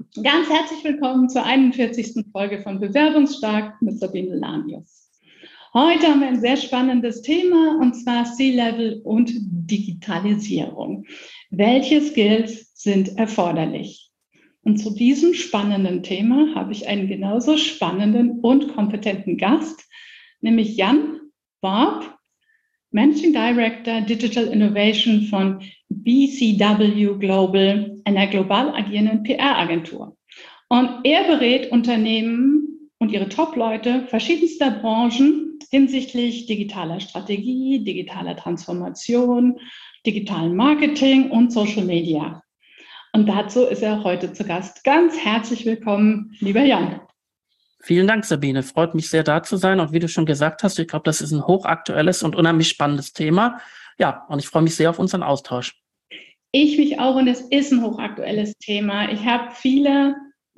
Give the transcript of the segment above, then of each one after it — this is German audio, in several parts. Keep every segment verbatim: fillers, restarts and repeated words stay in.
Ganz herzlich willkommen zur einundvierzigsten Folge von Bewerbungsstark mit Sabine Lanius. Heute haben wir ein sehr spannendes Thema, und zwar C-Level und Digitalisierung. Welche Skills sind erforderlich? Und zu diesem spannenden Thema habe ich einen genauso spannenden und kompetenten Gast, nämlich Jan Barb, Managing Director Digital Innovation von B C W Global, einer global agierenden P R-Agentur. Und er berät Unternehmen und ihre Top-Leute verschiedenster Branchen hinsichtlich digitaler Strategie, digitaler Transformation, digitalen Marketing und Social Media. Und dazu ist er heute zu Gast. Ganz herzlich willkommen, lieber Jan. Vielen Dank, Sabine. Freut mich sehr, da zu sein. Und wie du schon gesagt hast, ich glaube, das ist ein hochaktuelles und unheimlich spannendes Thema. Ja, und ich freue mich sehr auf unseren Austausch. Ich mich auch, und es ist ein hochaktuelles Thema. Ich habe viele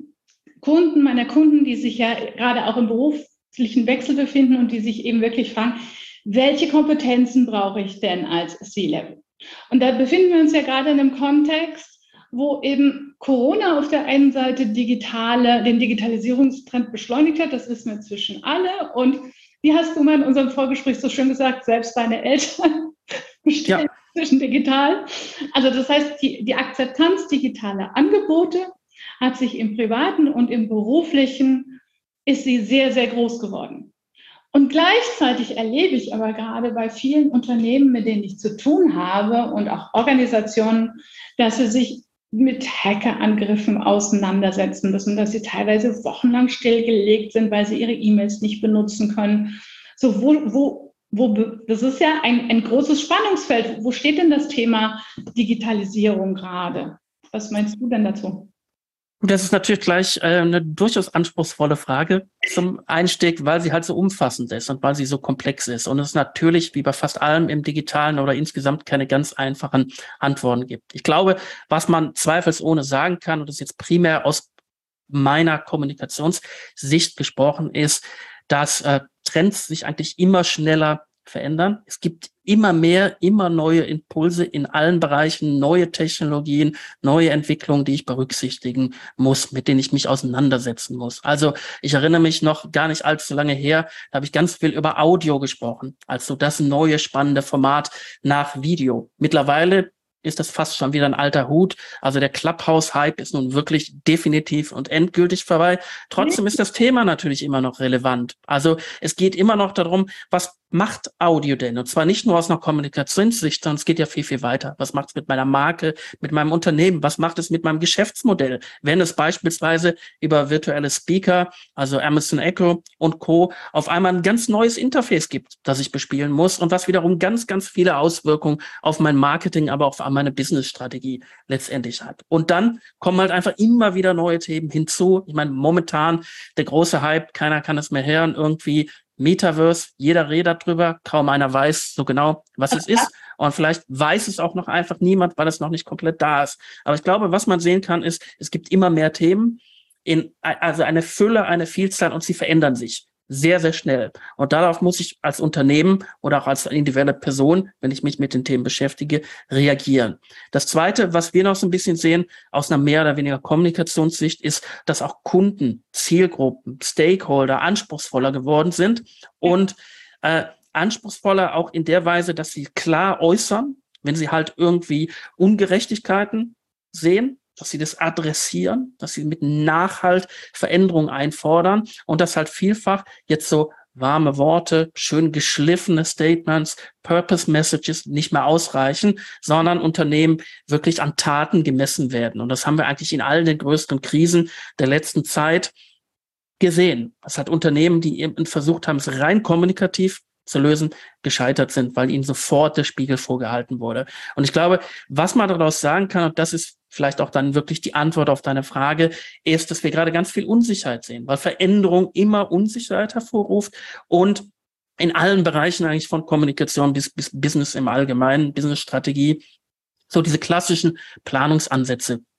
Kunden, meiner Kunden, die sich ja gerade auch im beruflichen Wechsel befinden und die sich eben wirklich fragen, welche Kompetenzen brauche ich denn als C-Level? Und da befinden wir uns ja gerade in einem Kontext, wo eben Corona auf der einen Seite digitale, den Digitalisierungstrend beschleunigt hat, das wissen wir inzwischen alle. Und wie hast du mal in unserem Vorgespräch so schön gesagt, selbst deine Eltern bestellen ja. zwischen digital. Also das heißt, die, die Akzeptanz digitaler Angebote hat sich im privaten und im beruflichen, ist sie sehr, sehr groß geworden. Und gleichzeitig erlebe ich aber gerade bei vielen Unternehmen, mit denen ich zu tun habe und auch Organisationen, dass sie sich mit Hackerangriffen auseinandersetzen müssen, dass sie teilweise wochenlang stillgelegt sind, weil sie ihre E-Mails nicht benutzen können. So, wo, wo, wo, das ist ja ein, ein großes Spannungsfeld. Wo steht denn das Thema Digitalisierung gerade? Was meinst du denn dazu? Das ist natürlich gleich äh, eine durchaus anspruchsvolle Frage zum Einstieg, weil sie halt so umfassend ist und weil sie so komplex ist. Und es natürlich, wie bei fast allem im Digitalen oder insgesamt, keine ganz einfachen Antworten gibt. Ich glaube, was man zweifelsohne sagen kann, und das ist jetzt primär aus meiner Kommunikationssicht gesprochen, ist, dass äh, Trends sich eigentlich immer schneller verändern. Es gibt immer mehr, immer neue Impulse in allen Bereichen, neue Technologien, neue Entwicklungen, die ich berücksichtigen muss, mit denen ich mich auseinandersetzen muss. Also ich erinnere mich noch gar nicht allzu lange her, da habe ich ganz viel über Audio gesprochen, also das neue spannende Format nach Video. Mittlerweile ist das fast schon wieder ein alter Hut. Also der Clubhouse-Hype ist nun wirklich definitiv und endgültig vorbei. Trotzdem ist das Thema natürlich immer noch relevant. Also es geht immer noch darum, was macht Audio denn? Und zwar nicht nur aus einer Kommunikationssicht, sondern es geht ja viel, viel weiter. Was macht es mit meiner Marke, mit meinem Unternehmen? Was macht es mit meinem Geschäftsmodell? Wenn es beispielsweise über virtuelle Speaker, also Amazon Echo und Co. auf einmal ein ganz neues Interface gibt, das ich bespielen muss und was wiederum ganz, ganz viele Auswirkungen auf mein Marketing, aber auch auf meine Business-Strategie letztendlich hat. Und dann kommen halt einfach immer wieder neue Themen hinzu. Ich meine, momentan der große Hype, keiner kann es mehr hören, irgendwie Metaverse, jeder redet drüber, kaum einer weiß so genau, was es ist. Und vielleicht weiß es auch noch einfach niemand, weil es noch nicht komplett da ist. Aber ich glaube, was man sehen kann, ist, es gibt immer mehr Themen, in, also eine Fülle, eine Vielzahl, und sie verändern sich sehr, sehr schnell. Und darauf muss ich als Unternehmen oder auch als individuelle Person, wenn ich mich mit den Themen beschäftige, reagieren. Das Zweite, was wir noch so ein bisschen sehen, aus einer mehr oder weniger Kommunikationssicht, ist, dass auch Kunden, Zielgruppen, Stakeholder anspruchsvoller geworden sind und äh, anspruchsvoller auch in der Weise, dass sie klar äußern, wenn sie halt irgendwie Ungerechtigkeiten sehen, dass sie das adressieren, dass sie mit Nachhalt Veränderungen einfordern und das halt vielfach jetzt so warme Worte, schön geschliffene Statements, Purpose Messages nicht mehr ausreichen, sondern Unternehmen wirklich an Taten gemessen werden. Und das haben wir eigentlich in all den größten Krisen der letzten Zeit gesehen. Das hat Unternehmen, die eben versucht haben, es rein kommunikativ zu lösen, gescheitert sind, weil ihnen sofort der Spiegel vorgehalten wurde. Und ich glaube, was man daraus sagen kann, und das ist vielleicht auch dann wirklich die Antwort auf deine Frage, ist, dass wir gerade ganz viel Unsicherheit sehen, weil Veränderung immer Unsicherheit hervorruft und in allen Bereichen eigentlich von Kommunikation bis, bis Business im Allgemeinen, Businessstrategie, so diese klassischen Planungsansätze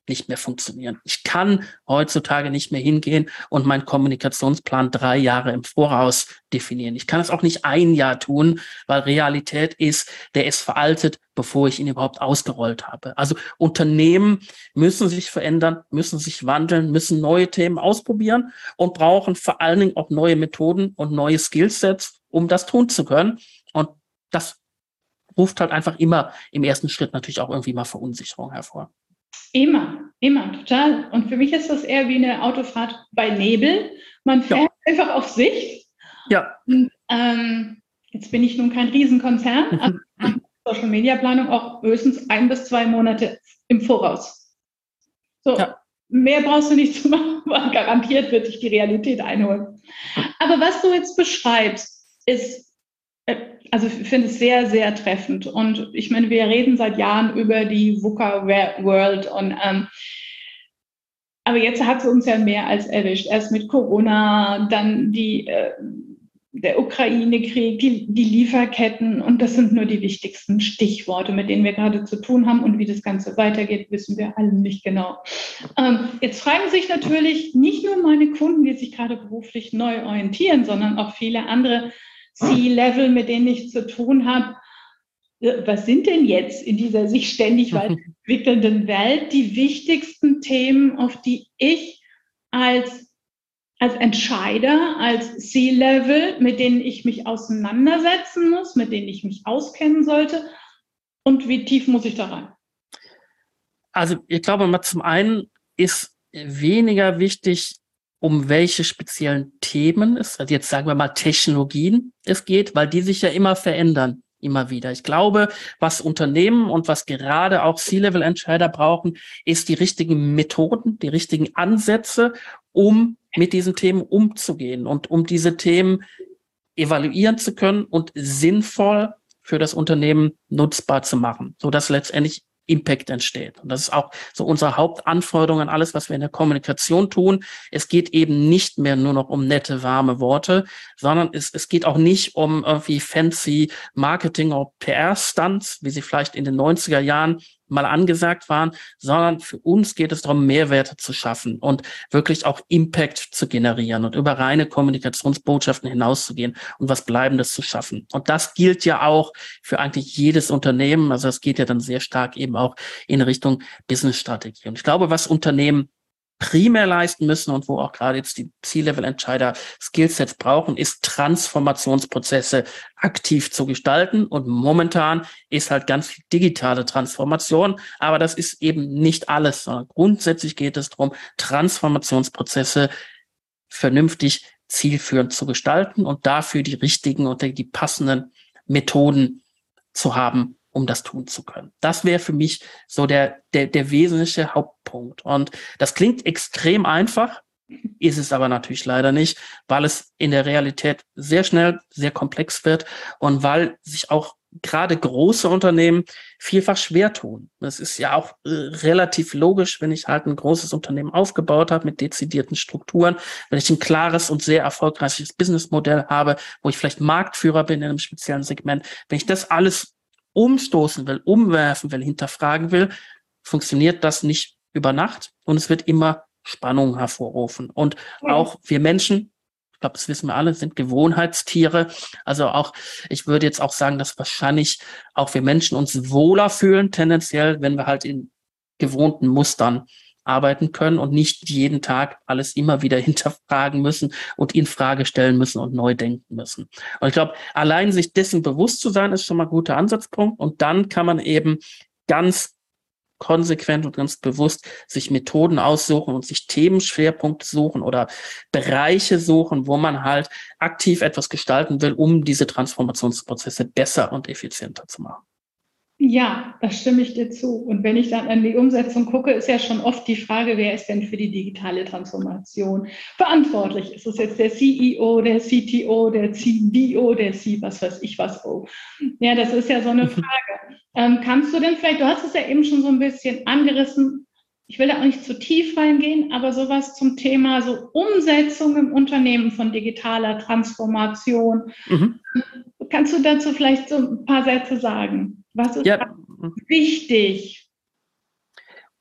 nicht mehr funktionieren. Ich kann heutzutage nicht mehr hingehen und meinen Kommunikationsplan drei Jahre im Voraus definieren. Ich kann es auch nicht ein Jahr tun, weil Realität ist, der ist veraltet, bevor ich ihn überhaupt ausgerollt habe. Also Unternehmen müssen sich verändern, müssen sich wandeln, müssen neue Themen ausprobieren und brauchen vor allen Dingen auch neue Methoden und neue Skillsets, um das tun zu können. Und das ruft halt einfach immer im ersten Schritt natürlich auch irgendwie mal Verunsicherung hervor. Immer, immer, total. Und für mich ist das eher wie eine Autofahrt bei Nebel. Man fährt ja einfach auf Sicht. Ja. Und, ähm, jetzt bin ich nun kein Riesenkonzern, also Social Media Planung auch höchstens ein bis zwei Monate im Voraus. So, ja. Mehr brauchst du nicht zu machen, weil garantiert wird dich die Realität einholen. Aber was du jetzt beschreibst, ist, also ich finde es sehr, sehr treffend. Und ich meine, wir reden seit Jahren über die VUCA-World und ähm, aber jetzt hat sie uns ja mehr als erwischt. Erst mit Corona, dann die, äh, der Ukraine-Krieg, die, die Lieferketten und das sind nur die wichtigsten Stichworte, mit denen wir gerade zu tun haben und wie das Ganze weitergeht, wissen wir alle nicht genau. Ähm, jetzt fragen sich natürlich nicht nur meine Kunden, die sich gerade beruflich neu orientieren, sondern auch viele andere C-Level, mit denen ich zu tun habe. Was sind denn jetzt in dieser sich ständig weiterentwickelnden Welt die wichtigsten Themen, auf die ich als, als Entscheider, als C-Level, mit denen ich mich auseinandersetzen muss, mit denen ich mich auskennen sollte? Und wie tief muss ich da rein? Also ich glaube mal, zum einen ist weniger wichtig, um welche speziellen Themen es, also jetzt sagen wir mal Technologien es geht, weil die sich ja immer verändern, immer wieder. Ich glaube, was Unternehmen und was gerade auch C-Level-Entscheider brauchen, ist die richtigen Methoden, die richtigen Ansätze, um mit diesen Themen umzugehen und um diese Themen evaluieren zu können und sinnvoll für das Unternehmen nutzbar zu machen, sodass letztendlich Impact entsteht. Und das ist auch so unsere Hauptanforderung an alles, was wir in der Kommunikation tun. Es geht eben nicht mehr nur noch um nette, warme Worte, sondern es, es geht auch nicht um irgendwie fancy Marketing- oder P R-Stunts, wie sie vielleicht in den neunziger Jahren mal angesagt waren, sondern für uns geht es darum, Mehrwerte zu schaffen und wirklich auch Impact zu generieren und über reine Kommunikationsbotschaften hinauszugehen und was Bleibendes zu schaffen. Und das gilt ja auch für eigentlich jedes Unternehmen. Also das geht ja dann sehr stark eben auch in Richtung Business-Strategie. Und ich glaube, was Unternehmen primär leisten müssen und wo auch gerade jetzt die C-Level-Entscheider Skillsets brauchen, ist Transformationsprozesse aktiv zu gestalten. Und momentan ist halt ganz viel digitale Transformation, aber das ist eben nicht alles, sondern grundsätzlich geht es darum, Transformationsprozesse vernünftig zielführend zu gestalten und dafür die richtigen und die passenden Methoden zu haben, um das tun zu können. Das wäre für mich so der, der, der wesentliche Hauptpunkt. Und das klingt extrem einfach, ist es aber natürlich leider nicht, weil es in der Realität sehr schnell, sehr komplex wird und weil sich auch gerade große Unternehmen vielfach schwer tun. Das ist ja auch äh, relativ logisch, wenn ich halt ein großes Unternehmen aufgebaut habe mit dezidierten Strukturen, wenn ich ein klares und sehr erfolgreiches Businessmodell habe, wo ich vielleicht Marktführer bin in einem speziellen Segment, wenn ich das alles umstoßen will, umwerfen will, hinterfragen will, funktioniert das nicht über Nacht und es wird immer Spannung hervorrufen. Und auch wir Menschen, ich glaube, das wissen wir alle, sind Gewohnheitstiere. Also auch, ich würde jetzt auch sagen, dass wahrscheinlich auch wir Menschen uns wohler fühlen, tendenziell, wenn wir halt in gewohnten Mustern arbeiten können und nicht jeden Tag alles immer wieder hinterfragen müssen und in Frage stellen müssen und neu denken müssen. Und ich glaube, allein sich dessen bewusst zu sein, ist schon mal ein guter Ansatzpunkt. Und dann kann man eben ganz konsequent und ganz bewusst sich Methoden aussuchen und sich Themenschwerpunkte suchen oder Bereiche suchen, wo man halt aktiv etwas gestalten will, um diese Transformationsprozesse besser und effizienter zu machen. Ja, da stimme ich dir zu. Und wenn ich dann an die Umsetzung gucke, ist ja schon oft die Frage, wer ist denn für die digitale Transformation verantwortlich? Ist es jetzt der C E O, der C T O, der C D O, der C, was weiß ich was? Oh. Ja, das ist ja so eine Frage. Ähm, kannst du denn vielleicht, du hast es ja eben schon so ein bisschen angerissen, ich will da auch nicht zu tief reingehen, aber sowas zum Thema so Umsetzung im Unternehmen von digitaler Transformation. Mhm. Kannst du dazu vielleicht so ein paar Sätze sagen? Was ist ja. wichtig?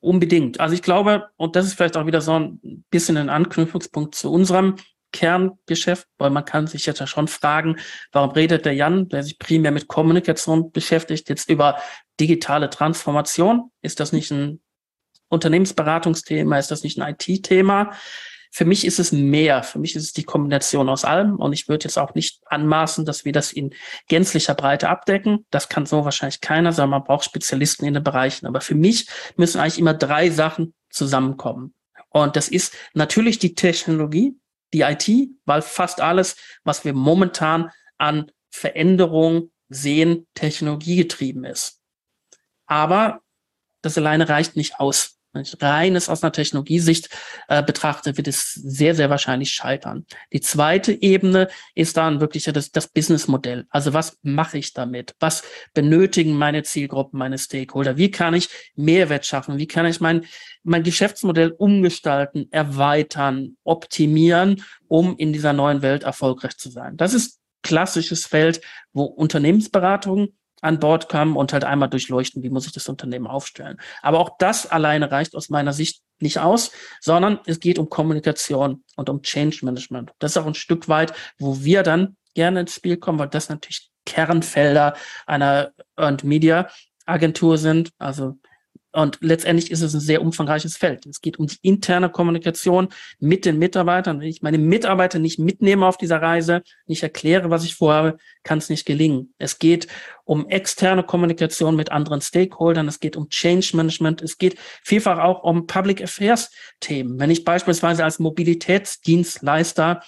Unbedingt. Also ich glaube, und das ist vielleicht auch wieder so ein bisschen ein Anknüpfungspunkt zu unserem Kerngeschäft, weil man kann sich jetzt ja schon fragen, warum redet der Jan, der sich primär mit Kommunikation beschäftigt, jetzt über digitale Transformation? Ist das nicht ein Unternehmensberatungsthema? Ist das nicht ein I T-Thema? Für mich ist es mehr. Für mich ist es die Kombination aus allem. Und ich würde jetzt auch nicht anmaßen, dass wir das in gänzlicher Breite abdecken. Das kann so wahrscheinlich keiner, sondern man braucht Spezialisten in den Bereichen. Aber für mich müssen eigentlich immer drei Sachen zusammenkommen. Und das ist natürlich die Technologie, die I T, weil fast alles, was wir momentan an Veränderung sehen, technologiegetrieben ist. Aber das alleine reicht nicht aus. Wenn ich reines aus einer Technologiesicht äh, betrachte, wird es sehr, sehr wahrscheinlich scheitern. Die zweite Ebene ist dann wirklich das, das Businessmodell. Also was mache ich damit? Was benötigen meine Zielgruppen, meine Stakeholder? Wie kann ich Mehrwert schaffen? Wie kann ich mein, mein Geschäftsmodell umgestalten, erweitern, optimieren, um in dieser neuen Welt erfolgreich zu sein? Das ist klassisches Feld, wo Unternehmensberatungen an Bord kommen und halt einmal durchleuchten, wie muss ich das Unternehmen aufstellen. Aber auch das alleine reicht aus meiner Sicht nicht aus, sondern es geht um Kommunikation und um Change Management. Das ist auch ein Stück weit, wo wir dann gerne ins Spiel kommen, weil das natürlich Kernfelder einer Earned Media Agentur sind. Also und letztendlich ist es ein sehr umfangreiches Feld. Es geht um die interne Kommunikation mit den Mitarbeitern. Wenn ich meine Mitarbeiter nicht mitnehme auf dieser Reise, nicht erkläre, was ich vorhabe, kann es nicht gelingen. Es geht um externe Kommunikation mit anderen Stakeholdern. Es geht um Change Management. Es geht vielfach auch um Public Affairs Themen. Wenn ich beispielsweise als Mobilitätsdienstleister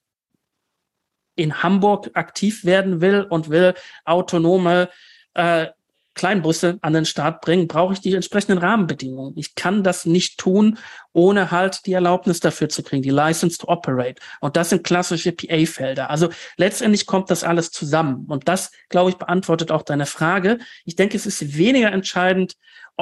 in Hamburg aktiv werden will und will autonome äh, Kleinbusse an den Start bringen, brauche ich die entsprechenden Rahmenbedingungen. Ich kann das nicht tun, ohne halt die Erlaubnis dafür zu kriegen, die License to Operate. Und das sind klassische P A-Felder. Also letztendlich kommt das alles zusammen. Und das, glaube ich, beantwortet auch deine Frage. Ich denke, es ist weniger entscheidend,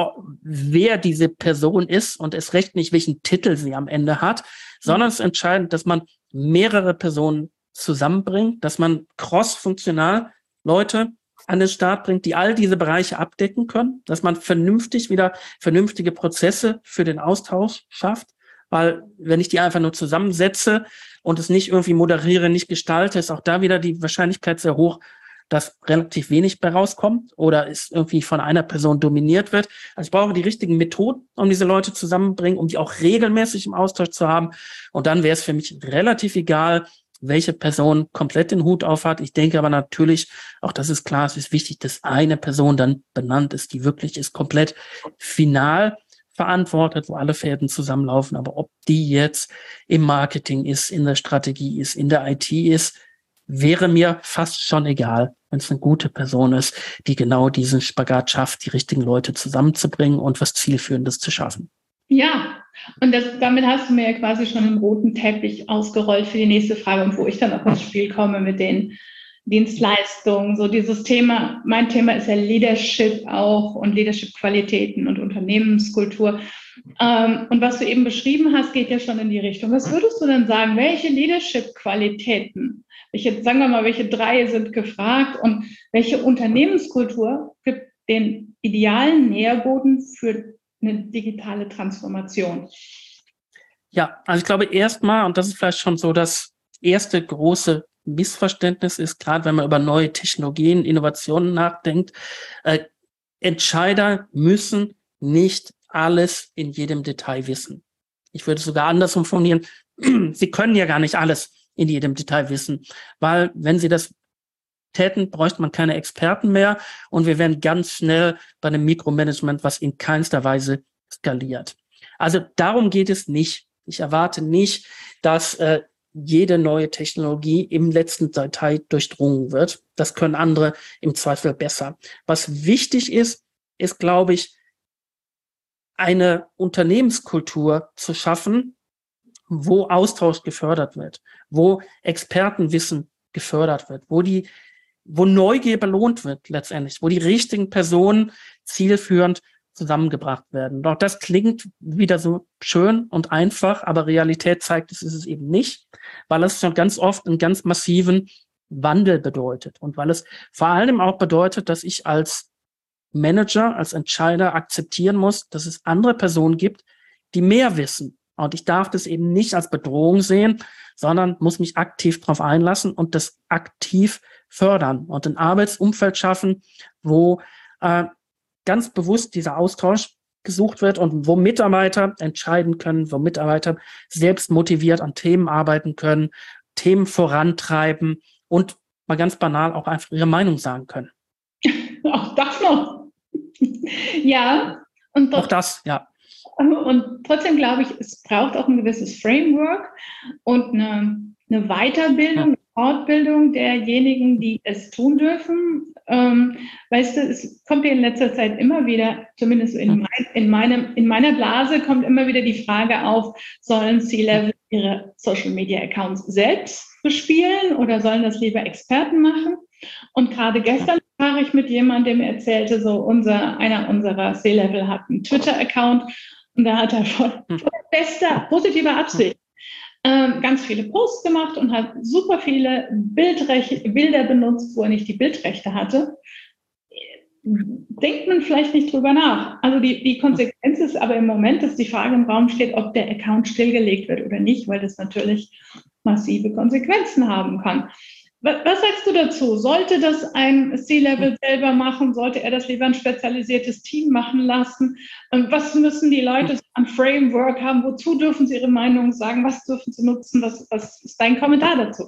wer diese Person ist und es recht nicht, welchen Titel sie am Ende hat, sondern es ist entscheidend, dass man mehrere Personen zusammenbringt, dass man cross-funktional Leute an den Start bringt, die all diese Bereiche abdecken können, dass man vernünftig wieder vernünftige Prozesse für den Austausch schafft, weil wenn ich die einfach nur zusammensetze und es nicht irgendwie moderiere, nicht gestalte, ist auch da wieder die Wahrscheinlichkeit sehr hoch, dass relativ wenig bei rauskommt oder es irgendwie von einer Person dominiert wird. Also ich brauche die richtigen Methoden, um diese Leute zusammenzubringen, um die auch regelmäßig im Austausch zu haben. Und dann wäre es für mich relativ egal, welche Person komplett den Hut auf hat. Ich denke aber natürlich, auch das ist klar, es ist wichtig, dass eine Person dann benannt ist, die wirklich ist komplett final verantwortet, wo alle Fäden zusammenlaufen. Aber ob die jetzt im Marketing ist, in der Strategie ist, in der I T ist, wäre mir fast schon egal, wenn es eine gute Person ist, die genau diesen Spagat schafft, die richtigen Leute zusammenzubringen und was Zielführendes zu schaffen. Ja, und das, damit hast du mir ja quasi schon einen roten Teppich ausgerollt für die nächste Frage und wo ich dann auch ins Spiel komme mit den Dienstleistungen. So dieses Thema, mein Thema ist ja Leadership auch und Leadership-Qualitäten und Unternehmenskultur. Ähm, und was du eben beschrieben hast, geht ja schon in die Richtung. Was würdest du denn sagen, welche Leadership-Qualitäten, welche, sagen wir mal, welche drei sind gefragt und welche Unternehmenskultur gibt den idealen Nährboden für eine digitale Transformation? Ja, also ich glaube erstmal, und das ist vielleicht schon so das erste große Missverständnis ist, gerade wenn man über neue Technologien, Innovationen nachdenkt, äh, Entscheider müssen nicht alles in jedem Detail wissen. Ich würde es sogar andersrum formulieren, sie können ja gar nicht alles in jedem Detail wissen, weil wenn sie das täten, bräuchte man keine Experten mehr und wir wären ganz schnell bei einem Mikromanagement, was in keinster Weise skaliert. Also darum geht es nicht. Ich erwarte nicht, dass äh, jede neue Technologie im letzten Detail durchdrungen wird. Das können andere im Zweifel besser. Was wichtig ist, ist, glaube ich, eine Unternehmenskultur zu schaffen, wo Austausch gefördert wird, wo Expertenwissen gefördert wird, wo die wo Neugier belohnt wird letztendlich, wo die richtigen Personen zielführend zusammengebracht werden. Doch das klingt wieder so schön und einfach, aber Realität zeigt, es ist es eben nicht, weil es schon ganz oft einen ganz massiven Wandel bedeutet und weil es vor allem auch bedeutet, dass ich als Manager, als Entscheider akzeptieren muss, dass es andere Personen gibt, die mehr wissen. Und ich darf das eben nicht als Bedrohung sehen, sondern muss mich aktiv darauf einlassen und das aktiv fördern und ein Arbeitsumfeld schaffen, wo äh, ganz bewusst dieser Austausch gesucht wird und wo Mitarbeiter entscheiden können, wo Mitarbeiter selbst motiviert an Themen arbeiten können, Themen vorantreiben und mal ganz banal auch einfach ihre Meinung sagen können. Auch das noch. Ja. Und auch das, ja. Und trotzdem glaube ich, es braucht auch ein gewisses Framework und eine, eine Weiterbildung, eine Fortbildung derjenigen, die es tun dürfen. Ähm, weißt du, es kommt ja in letzter Zeit immer wieder, zumindest in, mein, in, meinem, in meiner Blase, kommt immer wieder die Frage auf, sollen C-Level ihre Social-Media-Accounts selbst bespielen oder sollen das lieber Experten machen? Und gerade gestern sprach ich mit jemandem, der mir erzählte, so unser, einer unserer C-Level hat einen Twitter-Account und da hat er voll, voll bester, positiver Absicht ähm, ganz viele Posts gemacht und hat super viele Bildrechte, Bilder benutzt, wo er nicht die Bildrechte hatte. Denkt man vielleicht nicht drüber nach. Also die, die Konsequenz ist aber im Moment, dass die Frage im Raum steht, ob der Account stillgelegt wird oder nicht, weil das natürlich massive Konsequenzen haben kann. Was sagst du dazu? Sollte das ein C-Level selber machen? Sollte er das lieber ein spezialisiertes Team machen lassen? Was müssen die Leute an Framework haben? Wozu dürfen sie ihre Meinung sagen? Was dürfen sie nutzen? Was, was ist dein Kommentar dazu?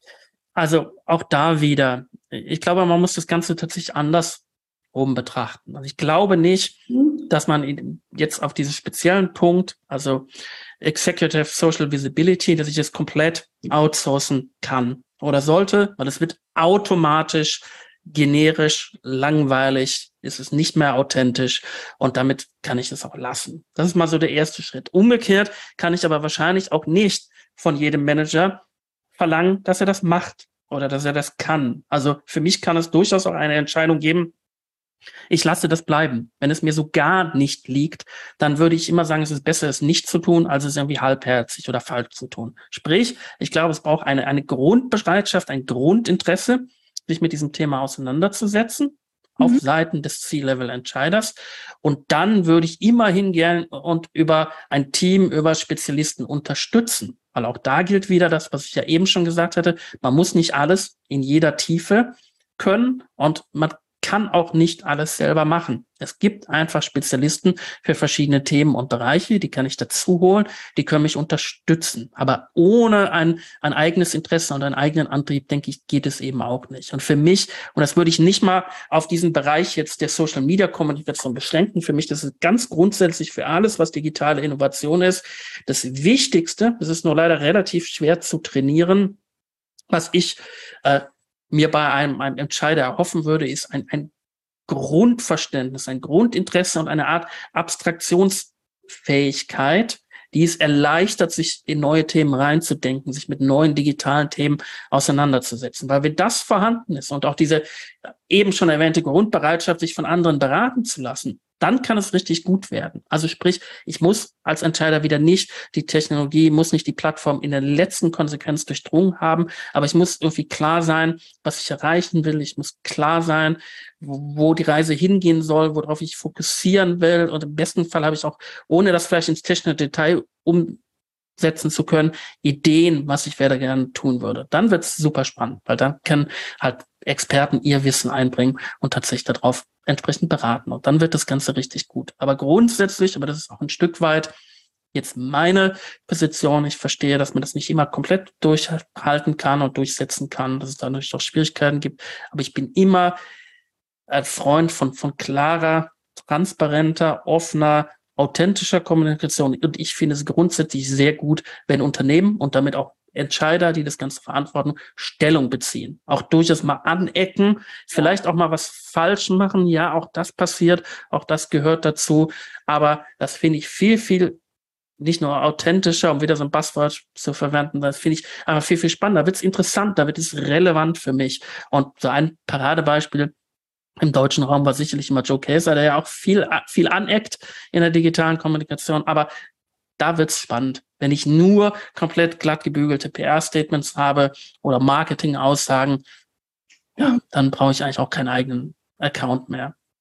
Also auch da wieder. Ich glaube, man muss das Ganze tatsächlich anders oben betrachten. Also ich glaube nicht, dass man jetzt auf diesen speziellen Punkt, also Executive Social Visibility, dass ich das komplett outsourcen kann oder sollte, weil es wird automatisch generisch, langweilig, ist es nicht mehr authentisch und damit kann ich es auch lassen. Das ist mal so der erste Schritt. Umgekehrt kann ich aber wahrscheinlich auch nicht von jedem Manager verlangen, dass er das macht oder dass er das kann. Also für mich kann es durchaus auch eine Entscheidung geben, ich lasse das bleiben. Wenn es mir so gar nicht liegt, dann würde ich immer sagen, es ist besser, es nicht zu tun, als es irgendwie halbherzig oder falsch zu tun. Sprich, ich glaube, es braucht eine, eine Grundbereitschaft, ein Grundinteresse, sich mit diesem Thema auseinanderzusetzen, mhm. auf Seiten des C-Level-Entscheiders. Und dann würde ich immerhin gern und über ein Team, über Spezialisten unterstützen. Weil auch da gilt wieder das, was ich ja eben schon gesagt hatte, man muss nicht alles in jeder Tiefe können und man kann auch nicht alles selber machen. Es gibt einfach Spezialisten für verschiedene Themen und Bereiche, die kann ich dazu holen, die können mich unterstützen. Aber ohne ein, ein eigenes Interesse und einen eigenen Antrieb, denke ich, geht es eben auch nicht. Und für mich, und das würde ich nicht mal auf diesen Bereich jetzt der Social-Media-Kommunikation beschränken, für mich, das ist ganz grundsätzlich für alles, was digitale Innovation ist, das Wichtigste, das ist nur leider relativ schwer zu trainieren, was ich äh, mir bei einem, einem Entscheider erhoffen würde, ist ein, ein Grundverständnis, ein Grundinteresse und eine Art Abstraktionsfähigkeit, die es erleichtert, sich in neue Themen reinzudenken, sich mit neuen digitalen Themen auseinanderzusetzen. Weil wenn das vorhanden ist und auch diese eben schon erwähnte Grundbereitschaft, sich von anderen beraten zu lassen, dann kann es richtig gut werden. Also sprich, ich muss als Entscheider wieder nicht die Technologie, muss nicht die Plattform in der letzten Konsequenz durchdrungen haben, aber ich muss irgendwie klar sein, was ich erreichen will. Ich muss klar sein, wo, wo die Reise hingehen soll, worauf ich fokussieren will. Und im besten Fall habe ich auch, ohne das vielleicht ins technische Detail umsetzen zu können, Ideen, was ich werde gerne tun würde. Dann wird es super spannend, weil dann können halt Experten ihr Wissen einbringen und tatsächlich darauf entsprechend beraten. Und dann wird das Ganze richtig gut. Aber grundsätzlich, aber das ist auch ein Stück weit jetzt meine Position, ich verstehe, dass man das nicht immer komplett durchhalten kann und durchsetzen kann, dass es da natürlich auch Schwierigkeiten gibt. Aber ich bin immer ein Freund von, von klarer, transparenter, offener, authentischer Kommunikation. Und ich finde es grundsätzlich sehr gut, wenn Unternehmen und damit auch Entscheider, die das Ganze verantworten, Stellung beziehen. Auch durchaus mal anecken, vielleicht auch mal was falsch machen. Ja, auch das passiert, auch das gehört dazu. Aber das finde ich viel, viel nicht nur authentischer, um wieder so ein Buzzword zu verwenden, das finde ich aber viel, viel spannender. Da wird es interessant, da wird es relevant für mich. Und so ein Paradebeispiel im deutschen Raum war sicherlich immer Joe Kaeser, der ja auch viel, viel aneckt in der digitalen Kommunikation. Aber da wird's spannend. Wenn ich nur komplett glatt gebügelte P R-Statements habe oder Marketing-Aussagen, ja, dann brauche ich eigentlich auch keinen eigenen Account mehr.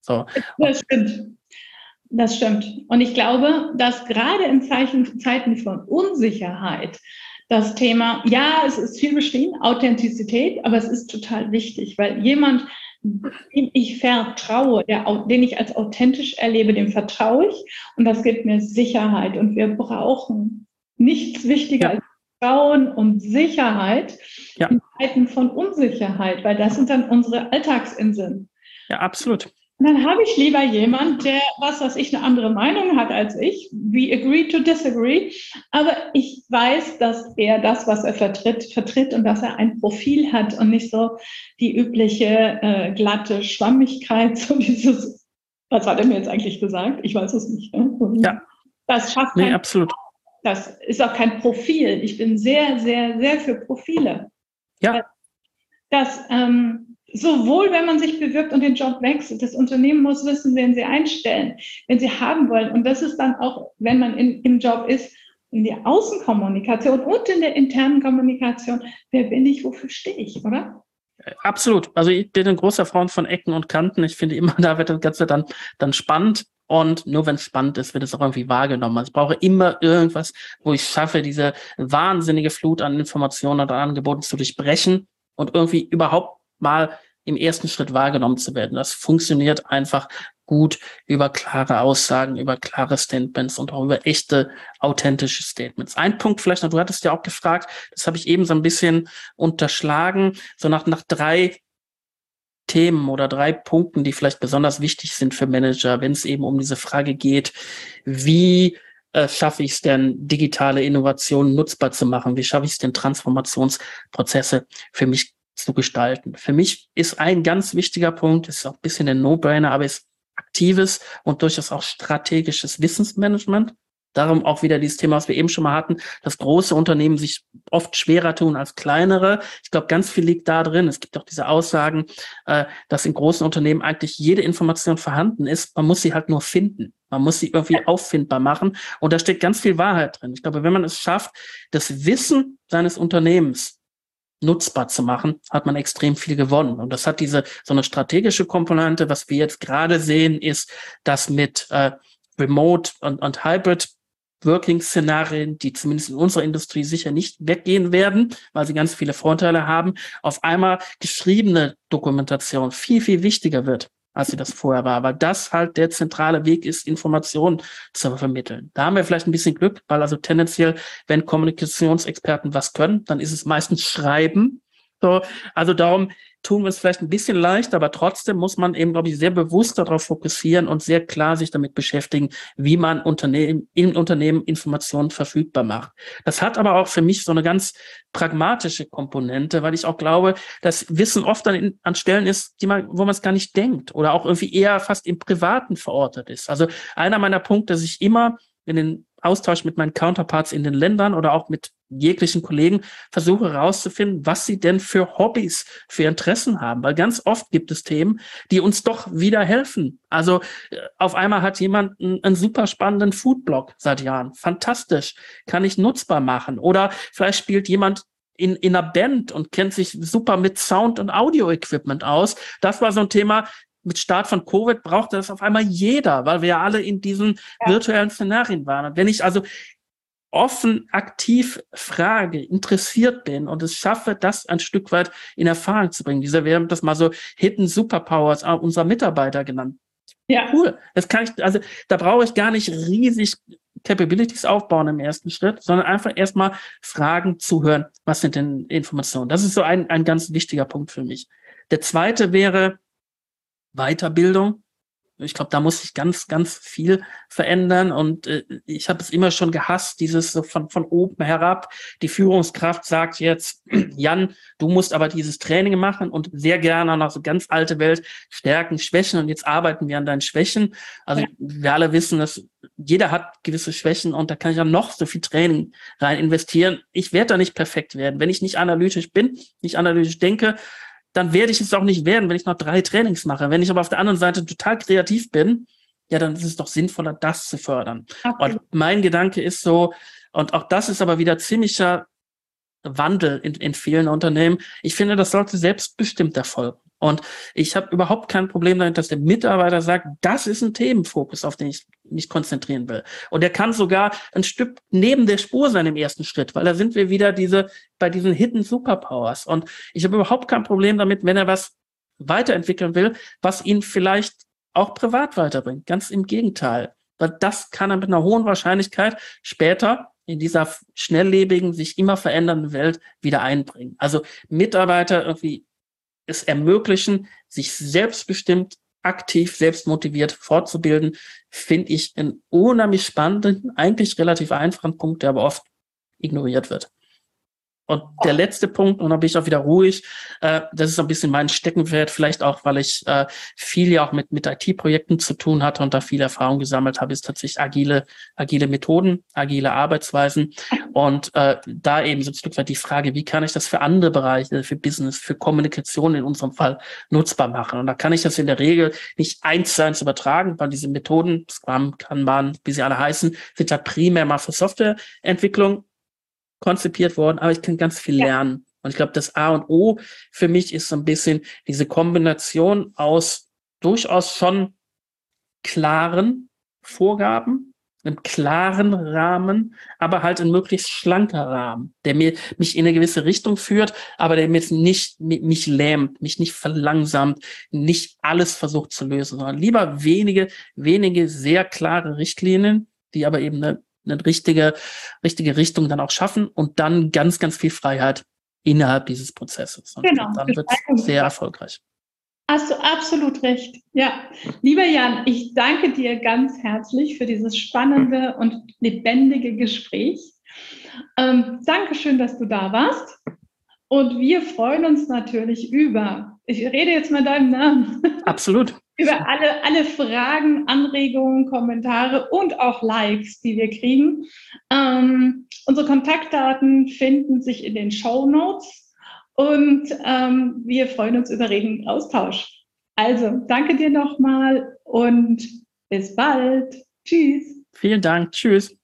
So. Das stimmt. Das stimmt. Und ich glaube, dass gerade in Zeichen, Zeiten von Unsicherheit das Thema, ja, es ist viel bestehen, Authentizität, aber es ist total wichtig, weil jemand, dem ich vertraue, der, den ich als authentisch erlebe, dem vertraue ich und das gibt mir Sicherheit. Und wir brauchen nichts wichtiger Ja. als Vertrauen und Sicherheit Ja. in Zeiten von Unsicherheit, weil das sind dann unsere Alltagsinseln. Ja, absolut. Und dann habe ich lieber jemand, der, was weiß ich, eine andere Meinung hat als ich. We agree to disagree. Aber ich weiß, dass er das, was er vertritt, vertritt und dass er ein Profil hat und nicht so die übliche äh, glatte Schwammigkeit, so dieses, was hat er mir jetzt eigentlich gesagt? Ich weiß es nicht. Ne? Ja. Das schafft nee, kein, absolut. Das ist auch kein Profil. Ich bin sehr, sehr, sehr für Profile. Ja. Das, ähm, sowohl wenn man sich bewirbt und den Job wechselt, das Unternehmen muss wissen, wen sie einstellen, wenn sie haben wollen. Und das ist dann auch, wenn man in, im Job ist, in der Außenkommunikation und in der internen Kommunikation, wer bin ich, wofür stehe ich, oder? Absolut. Also ich bin ein großer Freund von Ecken und Kanten. Ich finde immer, da wird das Ganze dann, dann spannend. Und nur wenn es spannend ist, wird es auch irgendwie wahrgenommen. Also ich brauche immer irgendwas, wo ich schaffe, diese wahnsinnige Flut an Informationen oder Angeboten zu durchbrechen und irgendwie überhaupt mal im ersten Schritt wahrgenommen zu werden. Das funktioniert einfach gut über klare Aussagen, über klare Statements und auch über echte, authentische Statements. Ein Punkt vielleicht noch, du hattest ja auch gefragt, das habe ich eben so ein bisschen unterschlagen, so nach, nach drei Themen oder drei Punkten, die vielleicht besonders wichtig sind für Manager, wenn es eben um diese Frage geht, wie äh, schaffe ich es denn, digitale Innovationen nutzbar zu machen? Wie schaffe ich es denn, Transformationsprozesse für mich zu gestalten? Für mich ist ein ganz wichtiger Punkt, ist auch ein bisschen ein No-Brainer, aber ist aktives und durchaus auch strategisches Wissensmanagement. Darum auch wieder dieses Thema, was wir eben schon mal hatten, dass große Unternehmen sich oft schwerer tun als kleinere. Ich glaube, ganz viel liegt da drin. Es gibt auch diese Aussagen, äh, dass in großen Unternehmen eigentlich jede Information vorhanden ist. Man muss sie halt nur finden. Man muss sie irgendwie auffindbar machen. Und da steckt ganz viel Wahrheit drin. Ich glaube, wenn man es schafft, das Wissen seines Unternehmens nutzbar zu machen, hat man extrem viel gewonnen. Und das hat diese so eine strategische Komponente. Was wir jetzt gerade sehen, ist, dass mit äh, Remote und, und Hybrid Working-Szenarien, die zumindest in unserer Industrie sicher nicht weggehen werden, weil sie ganz viele Vorteile haben, auf einmal geschriebene Dokumentation viel, viel wichtiger wird, als sie das vorher war, weil das halt der zentrale Weg ist, Informationen zu vermitteln. Da haben wir vielleicht ein bisschen Glück, weil also tendenziell, wenn Kommunikationsexperten was können, dann ist es meistens Schreiben. So, also darum tun wir es vielleicht ein bisschen leicht, aber trotzdem muss man eben, glaube ich, sehr bewusst darauf fokussieren und sehr klar sich damit beschäftigen, wie man Unternehmen, in Unternehmen Informationen verfügbar macht. Das hat aber auch für mich so eine ganz pragmatische Komponente, weil ich auch glaube, dass Wissen oft an, in, an Stellen ist, die man, wo man es gar nicht denkt oder auch irgendwie eher fast im Privaten verortet ist. Also einer meiner Punkte, dass ich immer in den Austausch mit meinen Counterparts in den Ländern oder auch mit jeglichen Kollegen versuche herauszufinden, was sie denn für Hobbys, für Interessen haben. Weil ganz oft gibt es Themen, die uns doch wieder helfen. Also auf einmal hat jemand einen, einen super spannenden Foodblog seit Jahren. Fantastisch. Kann ich nutzbar machen. Oder vielleicht spielt jemand in, in einer Band und kennt sich super mit Sound- und Audio-Equipment aus. Das war so ein Thema. Mit Start von Covid brauchte das auf einmal jeder, weil wir ja alle in diesen ja. virtuellen Szenarien waren. Und wenn ich also offen, aktiv frage, interessiert bin und es schaffe, das ein Stück weit in Erfahrung zu bringen. Dieser, wir haben das mal so Hidden Superpowers unserer Mitarbeiter genannt. Ja. Cool. Das kann ich, also da brauche ich gar nicht riesig Capabilities aufbauen im ersten Schritt, sondern einfach erstmal fragen, zuhören, was sind denn Informationen? Das ist so ein, ein ganz wichtiger Punkt für mich. Der zweite wäre Weiterbildung. Ich glaube, da muss sich ganz, ganz viel verändern. Und äh, ich habe es immer schon gehasst, dieses so von, von oben herab. Die Führungskraft sagt jetzt, Jan, du musst aber dieses Training machen und sehr gerne noch so ganz alte Welt, Stärken, Schwächen. Und jetzt arbeiten wir an deinen Schwächen. Also ja. wir alle wissen, dass jeder hat gewisse Schwächen und da kann ich ja noch so viel Training rein investieren. Ich werde da nicht perfekt werden. Wenn ich nicht analytisch bin, nicht analytisch denke, dann werde ich es auch nicht werden, wenn ich noch drei Trainings mache. Wenn ich aber auf der anderen Seite total kreativ bin, ja, dann ist es doch sinnvoller, das zu fördern. Okay. Und mein Gedanke ist so, und auch das ist aber wieder ziemlicher Wandel in, in vielen Unternehmen. Ich finde, das sollte selbstbestimmt erfolgen. Und ich habe überhaupt kein Problem damit, dass der Mitarbeiter sagt, das ist ein Themenfokus, auf den ich mich konzentrieren will. Und er kann sogar ein Stück neben der Spur sein im ersten Schritt, weil da sind wir wieder diese bei diesen Hidden Superpowers. Und ich habe überhaupt kein Problem damit, wenn er was weiterentwickeln will, was ihn vielleicht auch privat weiterbringt. Ganz im Gegenteil. Weil das kann er mit einer hohen Wahrscheinlichkeit später in dieser schnelllebigen, sich immer verändernden Welt wieder einbringen. Also Mitarbeiter irgendwie es ermöglichen, sich selbstbestimmt, aktiv, selbstmotiviert fortzubilden, finde ich einen unheimlich spannenden, eigentlich relativ einfachen Punkt, der aber oft ignoriert wird. Und der letzte Punkt, und dann bin ich auch wieder ruhig, äh, das ist so ein bisschen mein Steckenpferd, vielleicht auch, weil ich äh, viel ja auch mit, mit I T-Projekten zu tun hatte und da viel Erfahrung gesammelt habe, ist tatsächlich agile, agile Methoden, agile Arbeitsweisen und äh, da eben so ein Stück weit die Frage, wie kann ich das für andere Bereiche, für Business, für Kommunikation in unserem Fall nutzbar machen? Und da kann ich das in der Regel nicht eins zu eins übertragen, weil diese Methoden, Scrum, Kanban, wie sie alle heißen, sind ja primär mal für Softwareentwicklung konzipiert worden, aber ich kann ganz viel lernen. Und ich glaube, das A und O für mich ist so ein bisschen diese Kombination aus durchaus schon klaren Vorgaben, einem klaren Rahmen, aber halt ein möglichst schlanker Rahmen, der mir mich in eine gewisse Richtung führt, aber der mir jetzt nicht mich lähmt, mich nicht verlangsamt, nicht alles versucht zu lösen, sondern lieber wenige, wenige sehr klare Richtlinien, die aber eben eine eine richtige, richtige Richtung dann auch schaffen und dann ganz, ganz viel Freiheit innerhalb dieses Prozesses. Und genau. Dann wird es sehr erfolgreich. Hast du absolut recht. Ja, lieber Jan, ich danke dir ganz herzlich für dieses spannende und lebendige Gespräch. Ähm, Dankeschön, dass du da warst. Und wir freuen uns natürlich über, ich rede jetzt mal deinen Namen. Absolut. Über alle, alle Fragen, Anregungen, Kommentare und auch Likes, die wir kriegen. Ähm, unsere Kontaktdaten finden sich in den Shownotes und ähm, wir freuen uns über regen Austausch. Also, danke dir nochmal und bis bald. Tschüss. Vielen Dank. Tschüss.